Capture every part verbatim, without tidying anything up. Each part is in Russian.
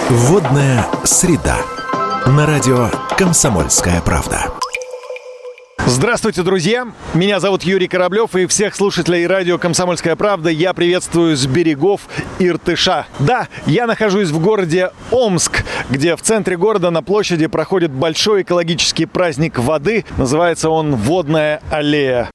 Водная среда. На радио «Комсомольская правда». Здравствуйте, друзья! Меня зовут Юрий Кораблев, и всех слушателей радио «Комсомольская правда» я приветствую с берегов Иртыша. Да, я нахожусь в городе Омск, где в центре города на площади проходит большой экологический праздник воды. Называется он «Водная аллея».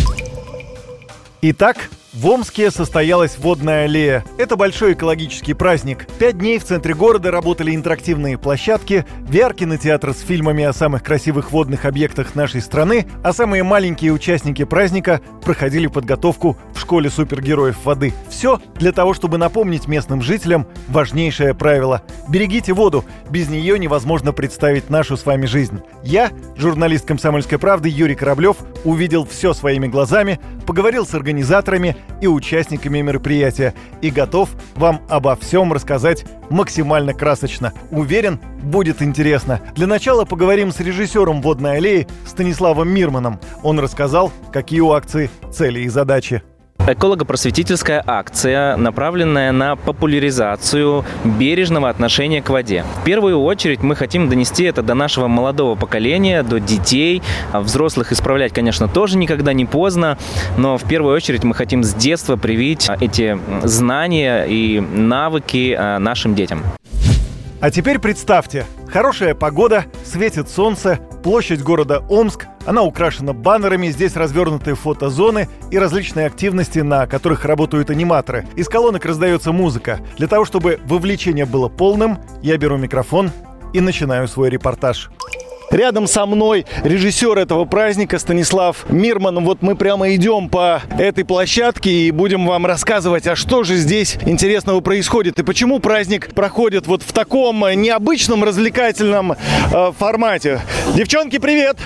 Итак, в Омске состоялась водная аллея. Это большой экологический праздник. Пять дней в центре города работали интерактивные площадки, ви ар-кинотеатр с фильмами о самых красивых водных объектах нашей страны, а самые маленькие участники праздника проходили подготовку в школе супергероев воды. Все для того, чтобы напомнить местным жителям важнейшее правило. Берегите воду, без нее невозможно представить нашу с вами жизнь. Я, журналист «Комсомольской правды» Юрий Кораблев, увидел все своими глазами, поговорил с организаторами и участниками мероприятия и готов вам обо всем рассказать максимально красочно. Уверен, будет интересно. Для начала поговорим с режиссером водной аллеи Станиславом Мирманом. Он рассказал, какие у акции цели и задачи. Эколого-просветительская акция, направленная на популяризацию бережного отношения к воде. В первую очередь мы хотим донести это до нашего молодого поколения, до детей. Взрослых исправлять, конечно, тоже никогда не поздно, но в первую очередь мы хотим с детства привить эти знания и навыки нашим детям. А теперь представьте, хорошая погода, светит солнце, площадь города Омск, она украшена баннерами, здесь развернуты фотозоны и различные активности, на которых работают аниматоры. Из колонок раздается музыка. Для того, чтобы вовлечение было полным, я беру микрофон и начинаю свой репортаж. Рядом со мной режиссер этого праздника Станислав Мирман. Вот мы прямо идем по этой площадке и будем вам рассказывать, а что же здесь интересного происходит и почему праздник проходит вот в таком необычном развлекательном э, формате. Девчонки, привет!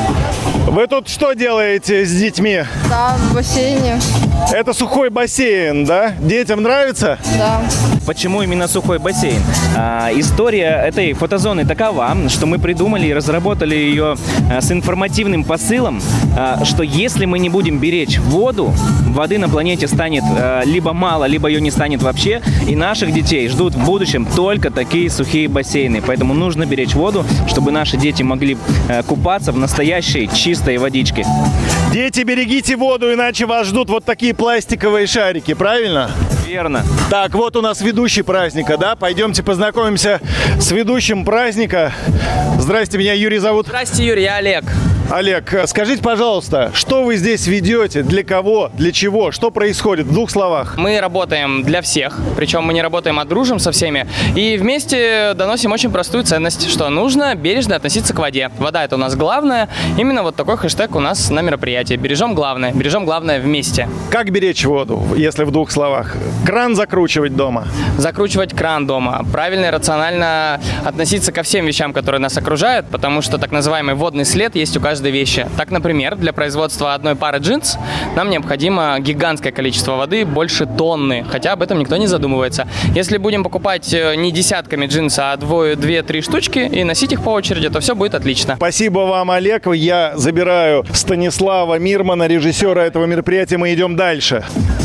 Вы тут что делаете с детьми? Да, в бассейне. Это сухой бассейн, да? Детям нравится? Да. Почему именно сухой бассейн? А, история этой фотозоны такова, что мы придумали и разработали ее а, с информативным посылом, а, что если мы не будем беречь воду, воды на планете станет а, либо мало, либо ее не станет вообще, и наших детей ждут в будущем только такие сухие бассейны. Поэтому нужно беречь воду, чтобы наши дети могли а, купаться в настоящей чистой водичке. Дети, берегите воду, иначе вас ждут вот такие пластиковые шарики, правильно? Верно. Так, вот у нас ведущий праздника, да? Пойдемте познакомимся с ведущим праздника. Здрасте, меня Юрий зовут. Здрасте, Юрий, я Олег. Олег, скажите, пожалуйста, что вы здесь ведете, для кого, для чего, что происходит в двух словах? Мы работаем для всех, причем мы не работаем, а дружим со всеми. И вместе доносим очень простую ценность, что нужно бережно относиться к воде. Вода – это у нас главное. Именно вот такой хэштег у нас на мероприятии. Бережем главное, бережем главное вместе. Как беречь воду, если в двух словах? Кран закручивать дома? Закручивать кран дома. Правильно и рационально относиться ко всем вещам, которые нас окружают, потому что так называемый водный след есть у каждого вещи. Так, например, для производства одной пары джинс нам необходимо гигантское количество воды, больше тонны, хотя об этом никто не задумывается. Если будем покупать не десятками джинс, а две-три штучки и носить их по очереди, то все будет отлично. Спасибо вам, Олег. Я забираю Станислава Мирмана, режиссера этого мероприятия. Мы идем дальше.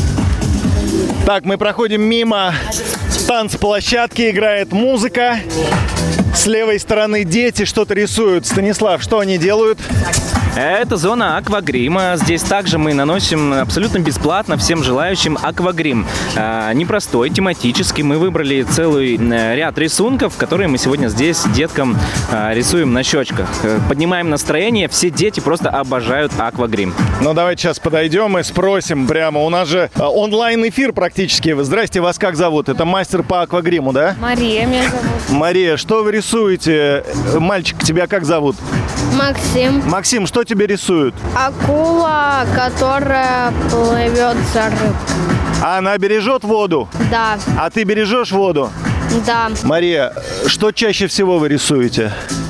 Так, мы проходим мимо танцплощадки, играет музыка. С левой стороны дети что-то рисуют. Станислав, что они делают? Это зона аквагрима. Здесь также мы наносим абсолютно бесплатно всем желающим аквагрим. А, непростой, тематический. Мы выбрали целый ряд рисунков, которые мы сегодня здесь деткам а, рисуем на щечках. Поднимаем настроение. Все дети просто обожают аквагрим. Ну, давайте сейчас подойдем и спросим прямо. У нас же онлайн-эфир практически. Здрасте, вас как зовут? Это мастер по аквагриму, да? Мария меня зовут. Мария, что вы рисуете? Мальчик, тебя как зовут? Максим. Максим, что тебе рисуют? Акула, которая плывет за рыбкой. А она бережет воду? Да. А ты бережешь воду? Да. Мария, что чаще всего вы рисуете?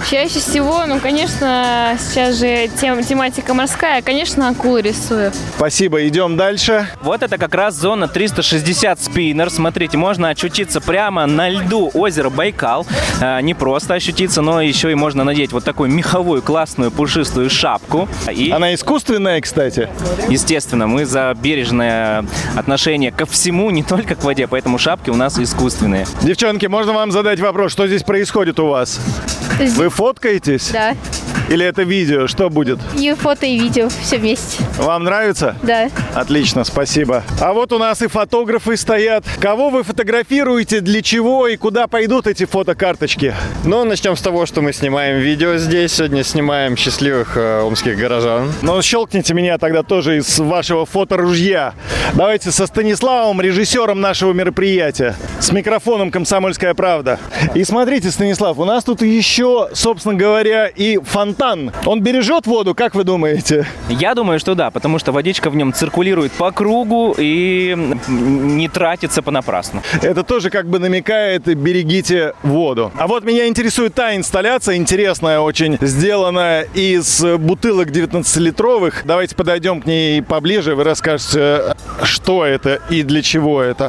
Чаще всего, ну, конечно, сейчас же тем, тематика морская, конечно, акулы рисую. Спасибо, идем дальше. Вот это как раз зона триста шестьдесят спиннер. Смотрите, можно очутиться прямо на льду озера Байкал. А, не просто ощутиться, но еще и можно надеть вот такую меховую классную пушистую шапку. И, Она искусственная, кстати? естественно, мы за бережное отношение ко всему, не только к воде, поэтому шапки у нас искусственные. Девчонки, можно вам задать вопрос, что здесь происходит у вас? Вы фоткаетесь? Да. Или это видео? Что будет? И фото, и видео, все вместе. Вам нравится? Да. Отлично, спасибо. А вот у нас и фотографы стоят. Кого вы фотографируете, для чего и куда пойдут эти фотокарточки? Ну, начнем с того, что мы снимаем видео здесь. Сегодня снимаем счастливых э, омских горожан. Ну, щелкните меня тогда тоже из вашего фоторужья. Давайте со Станиславом, режиссером нашего мероприятия, с микрофоном «Комсомольская правда». И смотрите, Станислав, у нас тут еще, собственно говоря, и фонтан. Он бережет воду, как вы думаете? Я думаю, что да, потому что водичка в нем циркулирует по кругу и не тратится понапрасну. Это тоже как бы намекает: берегите воду. А вот меня интересует та инсталляция, интересная очень, сделанная из бутылок девятнадцатилитровых. Давайте подойдем к ней поближе, вы расскажете, что это и для чего это.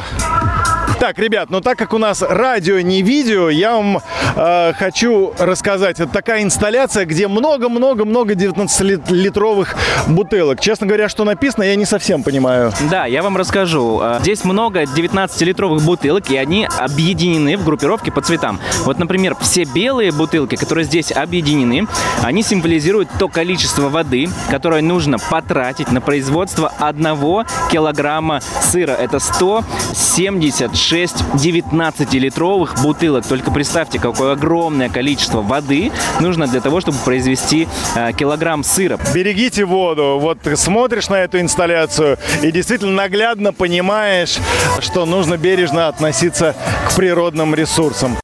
Так, ребят, ну так как у нас радио, не видео, я вам э, хочу рассказать. Это такая инсталляция, где много-много-много девятнадцатилитровых бутылок. Честно говоря, что написано, я не совсем понимаю. Да, я вам расскажу. Здесь много девятнадцатилитровых бутылок, и они объединены в группировке по цветам. Вот, например, все белые бутылки, которые здесь объединены, они символизируют то количество воды, которое нужно потратить на производство одного килограмма сыра. Это сто семьдесят шесть девятнадцатилитровых бутылок. Только представьте, какое огромное количество воды нужно для того, чтобы произвести э, килограмм сыра. Берегите воду. Вот ты смотришь на эту инсталляцию и действительно наглядно понимаешь, что нужно бережно относиться к природным ресурсам.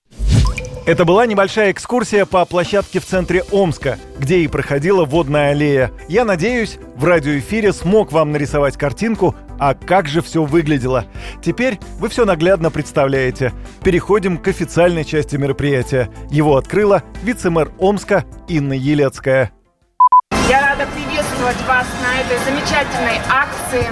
Это была небольшая экскурсия по площадке в центре Омска, где и проходила водная аллея. Я надеюсь, в радиоэфире смог вам нарисовать картинку, а как же все выглядело. Теперь вы все наглядно представляете. Переходим к официальной части мероприятия. Его открыла вице-мэр Омска Инна Елецкая. Я рада приветствовать вас на этой замечательной акции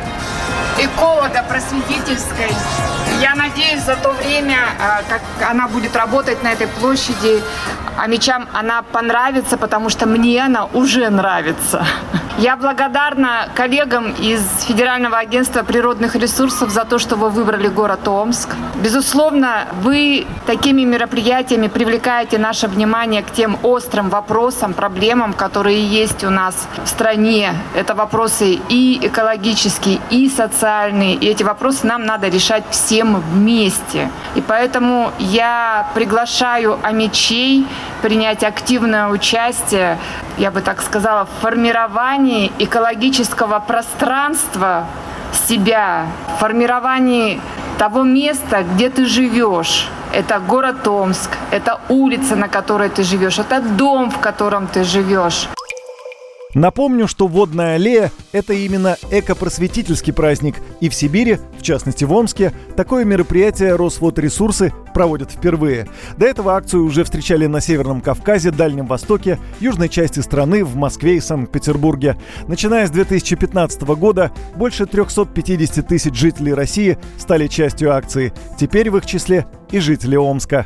эколого-просветительской. Я надеюсь, за то время, как она будет работать на этой площади, омичам она понравится, потому что мне она уже нравится. Я благодарна коллегам из Федерального агентства природных ресурсов за то, что вы выбрали город Омск. Безусловно, вы такими мероприятиями привлекаете наше внимание к тем острым вопросам, проблемам, которые есть у нас в стране. Это вопросы и экологические, и социальные. И эти вопросы нам надо решать всем вместе. И поэтому я приглашаю омичей принять активное участие, я бы так сказала, в формировании экологического пространства себя, в формировании того места, где ты живешь. Это город Омск, это улица, на которой ты живешь, это дом, в котором ты живешь. Напомню, что водная аллея – это именно экопросветительский праздник. И в Сибири, в частности в Омске, такое мероприятие Росводресурсы проводят впервые. До этого акцию уже встречали на Северном Кавказе, Дальнем Востоке, южной части страны, в Москве и Санкт-Петербурге. Начиная с две тысячи пятнадцатого года больше триста пятьдесят тысяч жителей России стали частью акции. Теперь в их числе и жители Омска.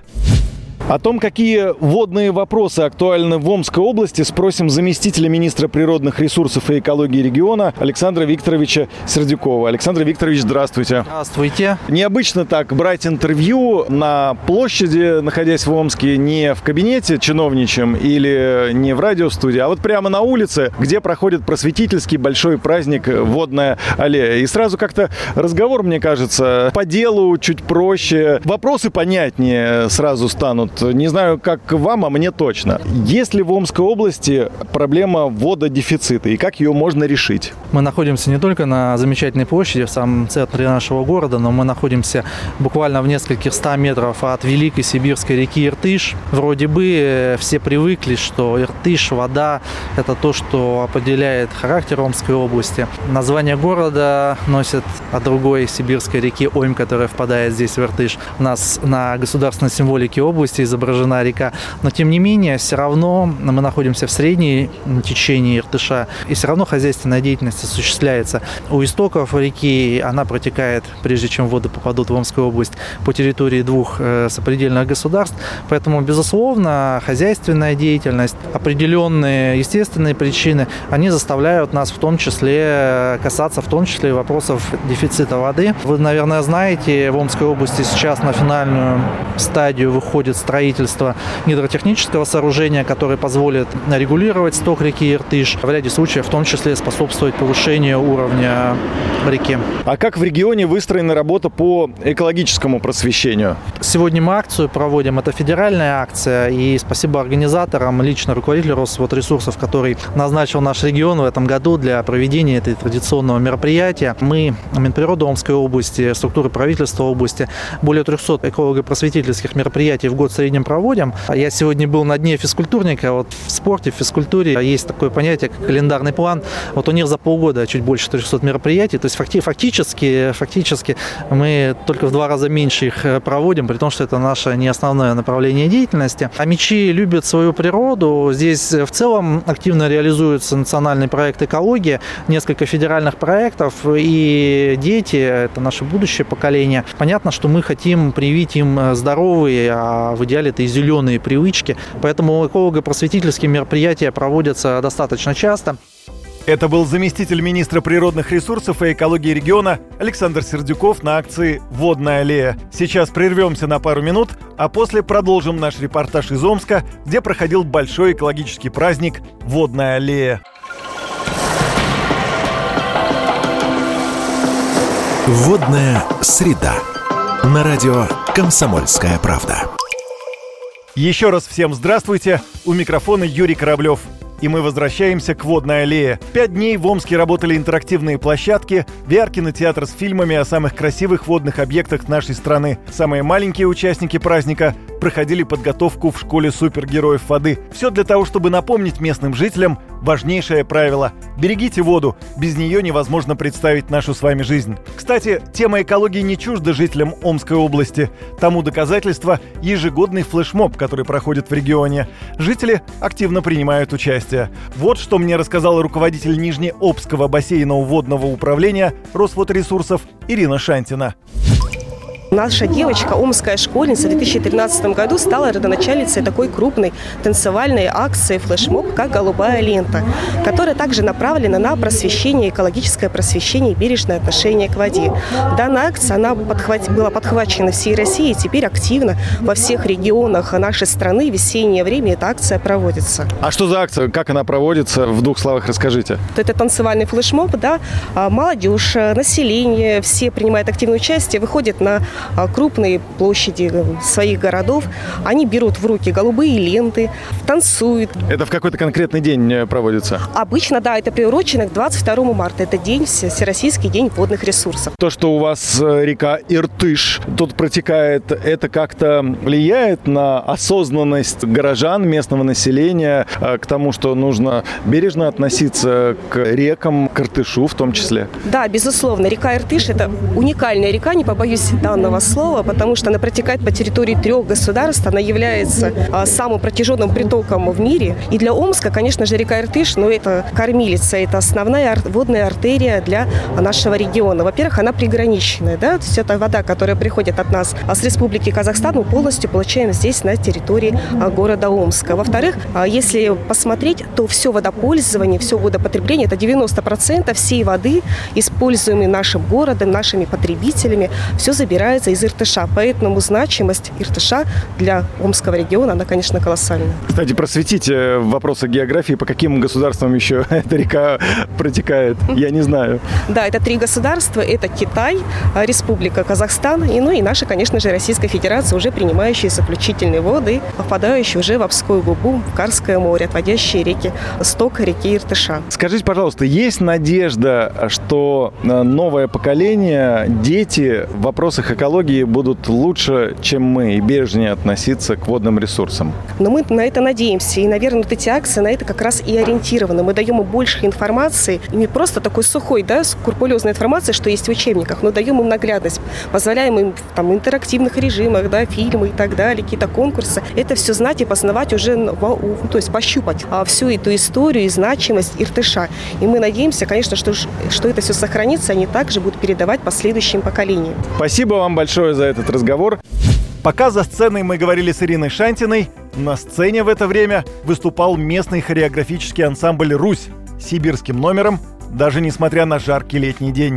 О том, какие водные вопросы актуальны в Омской области, спросим заместителя министра природных ресурсов и экологии региона Александра Викторовича Сердюкова. Александр Викторович, здравствуйте. Здравствуйте. Необычно так брать интервью на площади, находясь в Омске, не в кабинете чиновничьем или не в радиостудии, а вот прямо на улице, где проходит просветительский большой праздник «Водная аллея». И сразу как-то разговор, мне кажется, по делу чуть проще, вопросы понятнее сразу станут. Не знаю, как вам, а мне точно. Есть ли в Омской области проблема вододефицита и как ее можно решить? Мы находимся не только на замечательной площади в самом центре нашего города, но мы находимся буквально в нескольких ста метров от великой сибирской реки Иртыш. Вроде бы все привыкли, что Иртыш, вода – это то, что определяет характер Омской области. Название города носит от другой сибирской реки Омь, которая впадает здесь в Иртыш. У нас на государственной символике области изображена река. Но, тем не менее, все равно мы находимся в средней течении Иртыша, и все равно хозяйственная деятельность осуществляется. У истоков реки она протекает, прежде чем воды попадут в Омскую область, по территории двух э, сопредельных государств. Поэтому, безусловно, хозяйственная деятельность, определенные естественные причины, они заставляют нас в том числе касаться, в том числе и вопросов дефицита воды. Вы, наверное, знаете, в Омской области сейчас на финальную стадию выходит строительство гидротехнического сооружения, которое позволит регулировать сток реки Иртыш, в ряде случаев в том числе способствовать повышению уровня реки. А как в регионе выстроена работа по экологическому просвещению? Сегодня мы акцию проводим. Это федеральная акция. И спасибо организаторам, лично руководителю Росводресурсов, который назначил наш регион в этом году для проведения этой традиционного мероприятия. Мы, Минприроды Омской области, структуры правительства области, более трехсот эколого-просветительских мероприятий в год в среднем проводим. Я сегодня был на дне физкультурника. Вот в спорте, в физкультуре есть такое понятие, как календарный план. Вот у них за полгода чуть больше трехсот мероприятий. То есть фактически, фактически мы только в два раза меньше их проводим, при том, что это наше не основное направление деятельности. Омичи любят свою природу. Здесь в целом активно реализуется национальный проект «Экология», несколько федеральных проектов, и дети – это наше будущее поколение. Понятно, что мы хотим привить им здоровые, а в идеале это и зеленые привычки. Поэтому эколого-просветительские мероприятия проводятся достаточно часто. Это был заместитель министра природных ресурсов и экологии региона Александр Сердюков на акции «Водная аллея». Сейчас прервемся на пару минут, а после продолжим наш репортаж из Омска, где проходил большой экологический праздник «Водная аллея». Водная среда. На радио «Комсомольская правда». Еще раз всем здравствуйте. У микрофона Юрий Кораблев. И мы возвращаемся к «Водной аллее». Пять дней в Омске работали интерактивные площадки, ви ар-кинотеатр с фильмами о самых красивых водных объектах нашей страны. Самые маленькие участники праздника проходили подготовку в школе супергероев воды. Все для того, чтобы напомнить местным жителям важнейшее правило – берегите воду, без нее невозможно представить нашу с вами жизнь. Кстати, тема экологии не чужда жителям Омской области. Тому доказательство – ежегодный флешмоб, который проходит в регионе. Жители активно принимают участие. Вот что мне рассказала руководитель Нижнеобского бассейнового водного управления Росводресурсов Ирина Шантина. Наша девочка, омская школьница, в две тысячи тринадцатом году стала родоначальницей такой крупной танцевальной акции флешмоб, как «Голубая лента», которая также направлена на просвещение, экологическое просвещение и бережное отношение к воде. Данная акция она подхват... была подхвачена всей Россией, и теперь активно во всех регионах нашей страны в весеннее время эта акция проводится. А что за акция? Как она проводится? В двух словах расскажите. Это танцевальный флешмоб, да, молодежь, население, все принимают активное участие, выходят на крупные площади своих городов, они берут в руки голубые ленты, танцуют. Это в какой-то конкретный день проводится? Обычно, да, это приурочено к двадцать второму марта. Это день, Всероссийский день водных ресурсов. То, что у вас река Иртыш тут протекает, это как-то влияет на осознанность горожан, местного населения, к тому, что нужно бережно относиться к рекам, к Иртышу в том числе? Да, безусловно. Река Иртыш – это уникальная река, не побоюсь данного слова, потому что она протекает по территории трех государств, она является а, самым протяженным притоком в мире. И для Омска, конечно же, река Иртыш, ну, это кормилица, это основная ар- водная артерия для нашего региона. Во-первых, она приграничная, да, то есть это вода, которая приходит от нас а с Республики Казахстан, мы полностью получаем здесь, на территории а, города Омска. Во-вторых, а, если посмотреть, то все водопользование, все водопотребление, это девяносто процентов всей воды, используемой нашим городом, нашими потребителями, все забирается из Иртыша. Поэтому значимость Иртыша для Омского региона, она, конечно, колоссальная. Кстати, просветите вопросы географии, по каким государствам еще эта река протекает, я не знаю. Да, это три государства. Это Китай, Республика Казахстан и, ну, и наша, конечно же, Российская Федерация, уже принимающие заключительные воды, попадающие уже в Обскую губу, в Карское море, отводящие реки, сток реки Иртыша. Скажите, пожалуйста, есть надежда, что новое поколение, дети в вопросах экологии экологии будут лучше, чем мы, и бережнее относиться к водным ресурсам. Но мы на это надеемся. И, наверное, вот эти акции на это как раз и ориентированы. Мы даем им больше информации. И не просто такой сухой, да, скрупулезной информации, что есть в учебниках, но даем им наглядность. Позволяем им там, в интерактивных режимах, да, фильмы и так далее, какие-то конкурсы. Это все знать и познавать уже, то есть пощупать а, всю эту историю и значимость Иртыша. И мы надеемся, конечно, что, что это все сохранится, они также будут передавать последующим поколениям. Спасибо вам большое за этот разговор. Пока за сценой мы говорили с Ириной Шантиной, на сцене в это время выступал местный хореографический ансамбль «Русь» с сибирским номером, даже несмотря на жаркий летний день.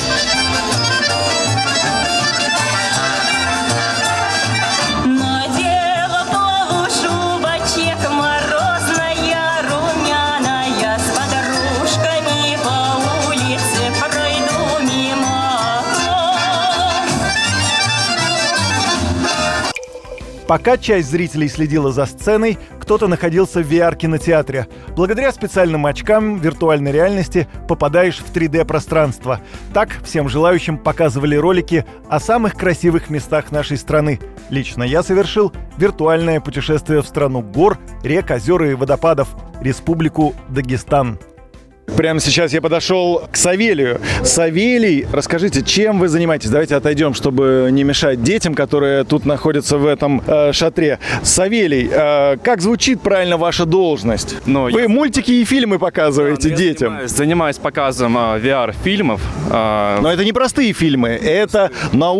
Пока часть зрителей следила за сценой, кто-то находился в ви ар-кинотеатре. Благодаря специальным очкам виртуальной реальности попадаешь в три дэ-пространство. Так всем желающим показывали ролики о самых красивых местах нашей страны. Лично я совершил виртуальное путешествие в страну гор, рек, озер и водопадов, Республику Дагестан. Прямо сейчас я подошел к Савелию. Савелий, расскажите, чем вы занимаетесь? Давайте отойдем, чтобы не мешать детям, которые тут находятся в этом э, шатре. Савелий, э, как звучит правильно ваша должность? Но вы я... мультики и фильмы показываете да, детям. Занимаюсь, занимаюсь показом э, ви ар-фильмов. Э... Но это не простые фильмы, это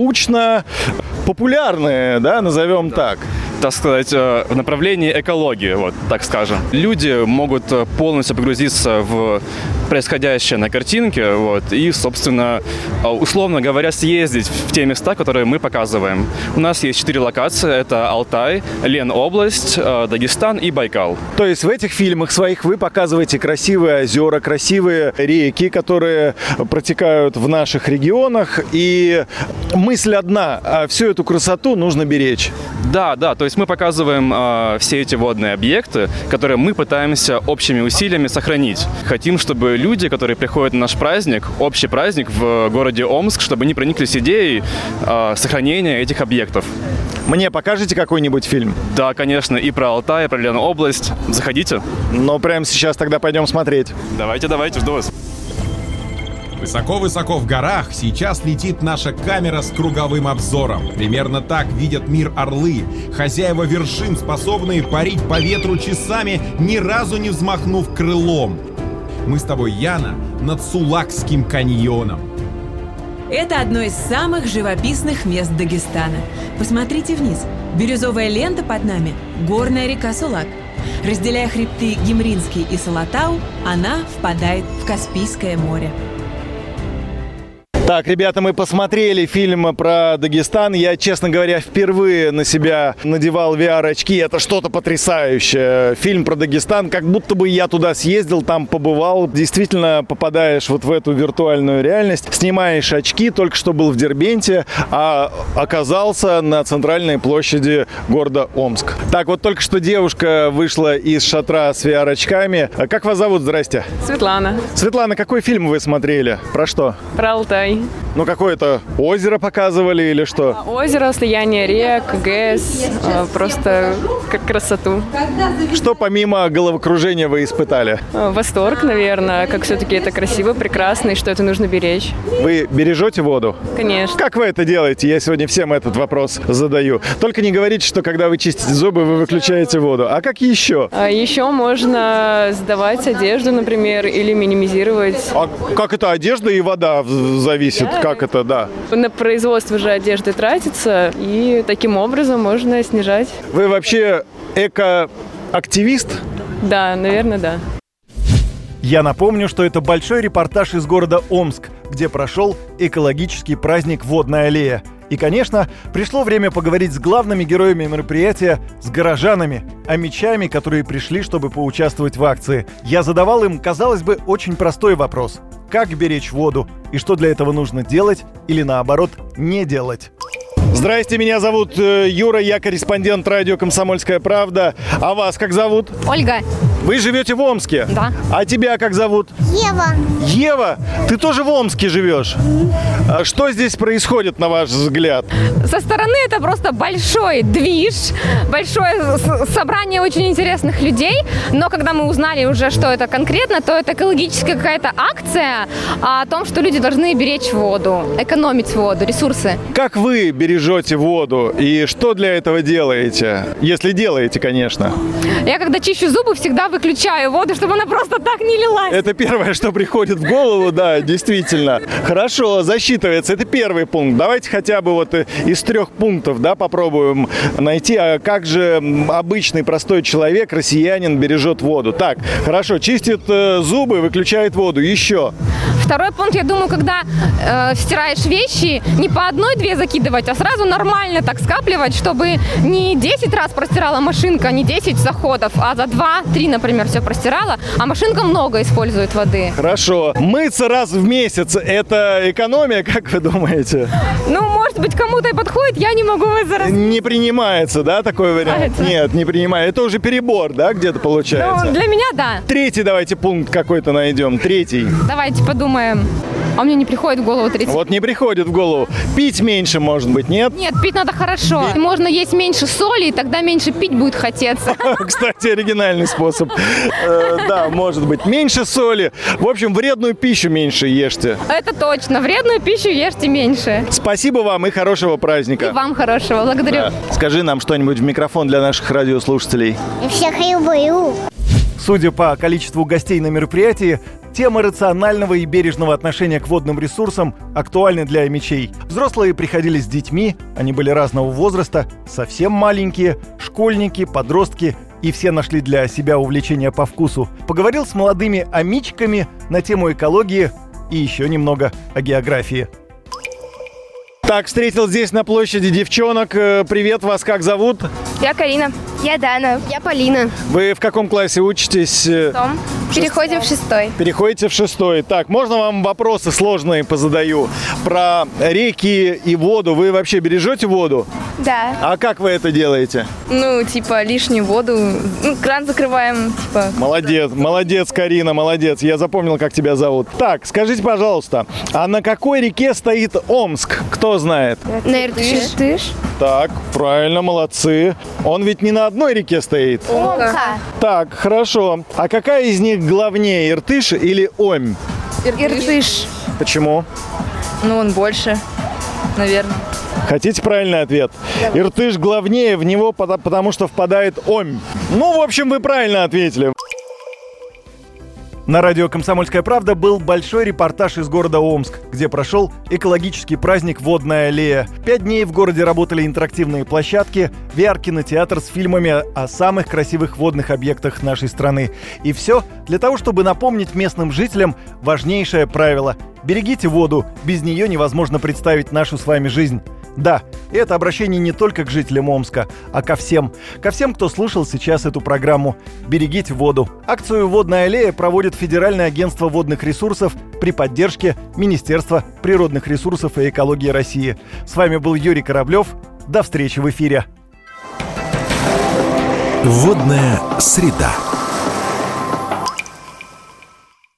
научно-популярные, да, назовем да. так. Так сказать, в направлении экологии, вот, так скажем. Люди могут полностью погрузиться в происходящее на картинке, вот, и, собственно, условно говоря, съездить в те места, которые мы показываем. У нас есть четыре локации. Это Алтай, Ленобласть, Дагестан и Байкал. То есть в этих фильмах своих вы показываете красивые озера, красивые реки, которые протекают в наших регионах. И мысль одна, всю эту красоту нужно беречь. Да, да, то есть мы показываем э, все эти водные объекты, которые мы пытаемся общими усилиями сохранить. Хотим, чтобы люди, которые приходят на наш праздник, общий праздник в городе Омск, чтобы они прониклись идеей э, сохранения этих объектов. Мне покажете какой-нибудь фильм? Да, конечно, и про Алтай, и про Ленобласть. Заходите. Ну, прямо сейчас тогда пойдем смотреть. Давайте, давайте, жду вас. Высоко-высоко в горах сейчас летит наша камера с круговым обзором. Примерно так видят мир орлы. Хозяева вершин, способные парить по ветру часами, ни разу не взмахнув крылом. Мы с тобой, Яна, над Сулакским каньоном. Это одно из самых живописных мест Дагестана. Посмотрите вниз. Бирюзовая лента под нами – горная река Сулак. Разделяя хребты Гимринский и Салатау, она впадает в Каспийское море. Так, ребята, мы посмотрели фильм про Дагестан. Я, честно говоря, впервые на себя надевал ви ар-очки. Это что-то потрясающее. Фильм про Дагестан, как будто бы я туда съездил, там побывал. Действительно попадаешь вот в эту виртуальную реальность. Снимаешь очки, только что был в Дербенте, а оказался на центральной площади города Омск. Так, вот только что девушка вышла из шатра с ви ар-очками. Как вас зовут? Здрасте. Светлана. Светлана, какой фильм вы смотрели? Про что? Про Алтай. Ну, какое-то озеро показывали или что? Озеро, слияние рек, ГЭС, просто как красоту. Что помимо головокружения вы испытали? Восторг, наверное, как все-таки это красиво, прекрасно, и что это нужно беречь. Вы бережете воду? Конечно. Как вы это делаете? Я сегодня всем этот вопрос задаю. Только не говорите, что когда вы чистите зубы, вы выключаете воду. А как еще? А еще можно сдавать одежду, например, или минимизировать. А как это одежда и вода зависит? Да. Как это, да? На производство же одежды тратится, и таким образом можно снижать. Вы вообще эко-активист? Да, наверное, да. Я напомню, что это большой репортаж из города Омск, где прошел экологический праздник «Водная аллея». И, конечно, пришло время поговорить с главными героями мероприятия, с горожанами, омичами, которые пришли, чтобы поучаствовать в акции. Я задавал им, казалось бы, очень простой вопрос. Как беречь воду? И что для этого нужно делать или, наоборот, не делать? Здрасте, меня зовут Юра, я корреспондент радио «Комсомольская правда». А вас как зовут? Ольга. Вы живете в Омске? Да. А тебя как зовут? Ева. Ева, ты тоже в Омске живешь? А что здесь происходит, на ваш взгляд? Со стороны это просто большой движ, большое собрание очень интересных людей, но когда мы узнали уже, что это конкретно, то это экологическая какая-то акция о том, что люди должны беречь воду, экономить воду, ресурсы. Как вы бережете воду и что для этого делаете? Если делаете, конечно. Я когда чищу зубы, всегда выключаю воду, чтобы она просто так не лилась. Это первое, что приходит в голову, да, действительно. Хорошо, засчитывается. Это первый пункт. Давайте хотя бы вот из трех пунктов, да, попробуем найти, а как же обычный простой человек, россиянин, бережет воду. Так, хорошо, чистит э, зубы, выключает воду. Еще. Второй пункт, я думаю, когда э, стираешь вещи, не по одной-две закидывать, а сразу нормально так скапливать, чтобы не десять раз простирала машинка, не десять заходов, а за два-три, например, все простирала, а машинка много использует воды. Хорошо. Мыться раз в месяц – это экономия, как вы думаете? Ну, может быть, кому-то и подходит, я не могу мыться раз. Не принимается, да, такой вариант? Принимается. Нет, не принимается. Это уже перебор, да, где-то получается? Ну, для меня – да. Третий давайте пункт какой-то найдем. Третий. Давайте подумаем. А мне не приходит в голову третий. Вот не приходит в голову. Пить меньше, может быть, нет? Нет, пить надо хорошо. Можно есть меньше соли, и тогда меньше пить будет хотеться. Кстати, оригинальный способ. Да, может быть. Меньше соли. В общем, вредную пищу меньше ешьте. Это точно. Вредную пищу ешьте меньше. Спасибо вам и хорошего праздника. И вам хорошего. Благодарю. Да. Скажи нам что-нибудь в микрофон для наших радиослушателей. Всех люблю. Судя по количеству гостей на мероприятии, тема рационального и бережного отношения к водным ресурсам актуальна для омичей. Взрослые приходили с детьми, они были разного возраста, совсем маленькие, школьники, подростки, и все нашли для себя увлечения по вкусу. Поговорил с молодыми омичками на тему экологии и еще немного о географии. Так, встретил здесь на площади девчонок. Привет, вас как зовут? Я Карина. Я Дана. Я Полина. Вы в каком классе учитесь? Том. Переходим в шестой. Переходите в шестой. Так, можно вам вопросы сложные позадаю? Про реки и воду. Вы вообще бережете воду? Да. А как вы это делаете? Ну, типа, лишнюю воду, ну, кран закрываем, типа. Молодец, молодец, Карина, молодец. Я запомнил, как тебя зовут. Так, скажите, пожалуйста, а на какой реке стоит Омск? Кто знает? На Иртыш. Иртыш. Так, правильно, молодцы. Он ведь не на одной реке стоит. Омка. Так, хорошо. А какая из них главнее, Иртыш или Омь? Иртыш. Почему? Ну, он больше, наверное. Хотите правильный ответ? Да. Иртыш главнее, в него потому что впадает Омь. Ну, в общем, вы правильно ответили. На радио «Комсомольская правда» был большой репортаж из города Омск, где прошел экологический праздник «Водная аллея». Пять дней в городе работали интерактивные площадки, ви ар-кинотеатр с фильмами о самых красивых водных объектах нашей страны. И все для того, чтобы напомнить местным жителям важнейшее правило – берегите воду, без нее невозможно представить нашу с вами жизнь. Да, это обращение не только к жителям Омска, а ко всем. Ко всем, кто слушал сейчас эту программу. Берегите воду. Акцию «Водная аллея» проводит Федеральное агентство водных ресурсов при поддержке Министерства природных ресурсов и экологии России. С вами был Юрий Кораблев. До встречи в эфире. Водная среда.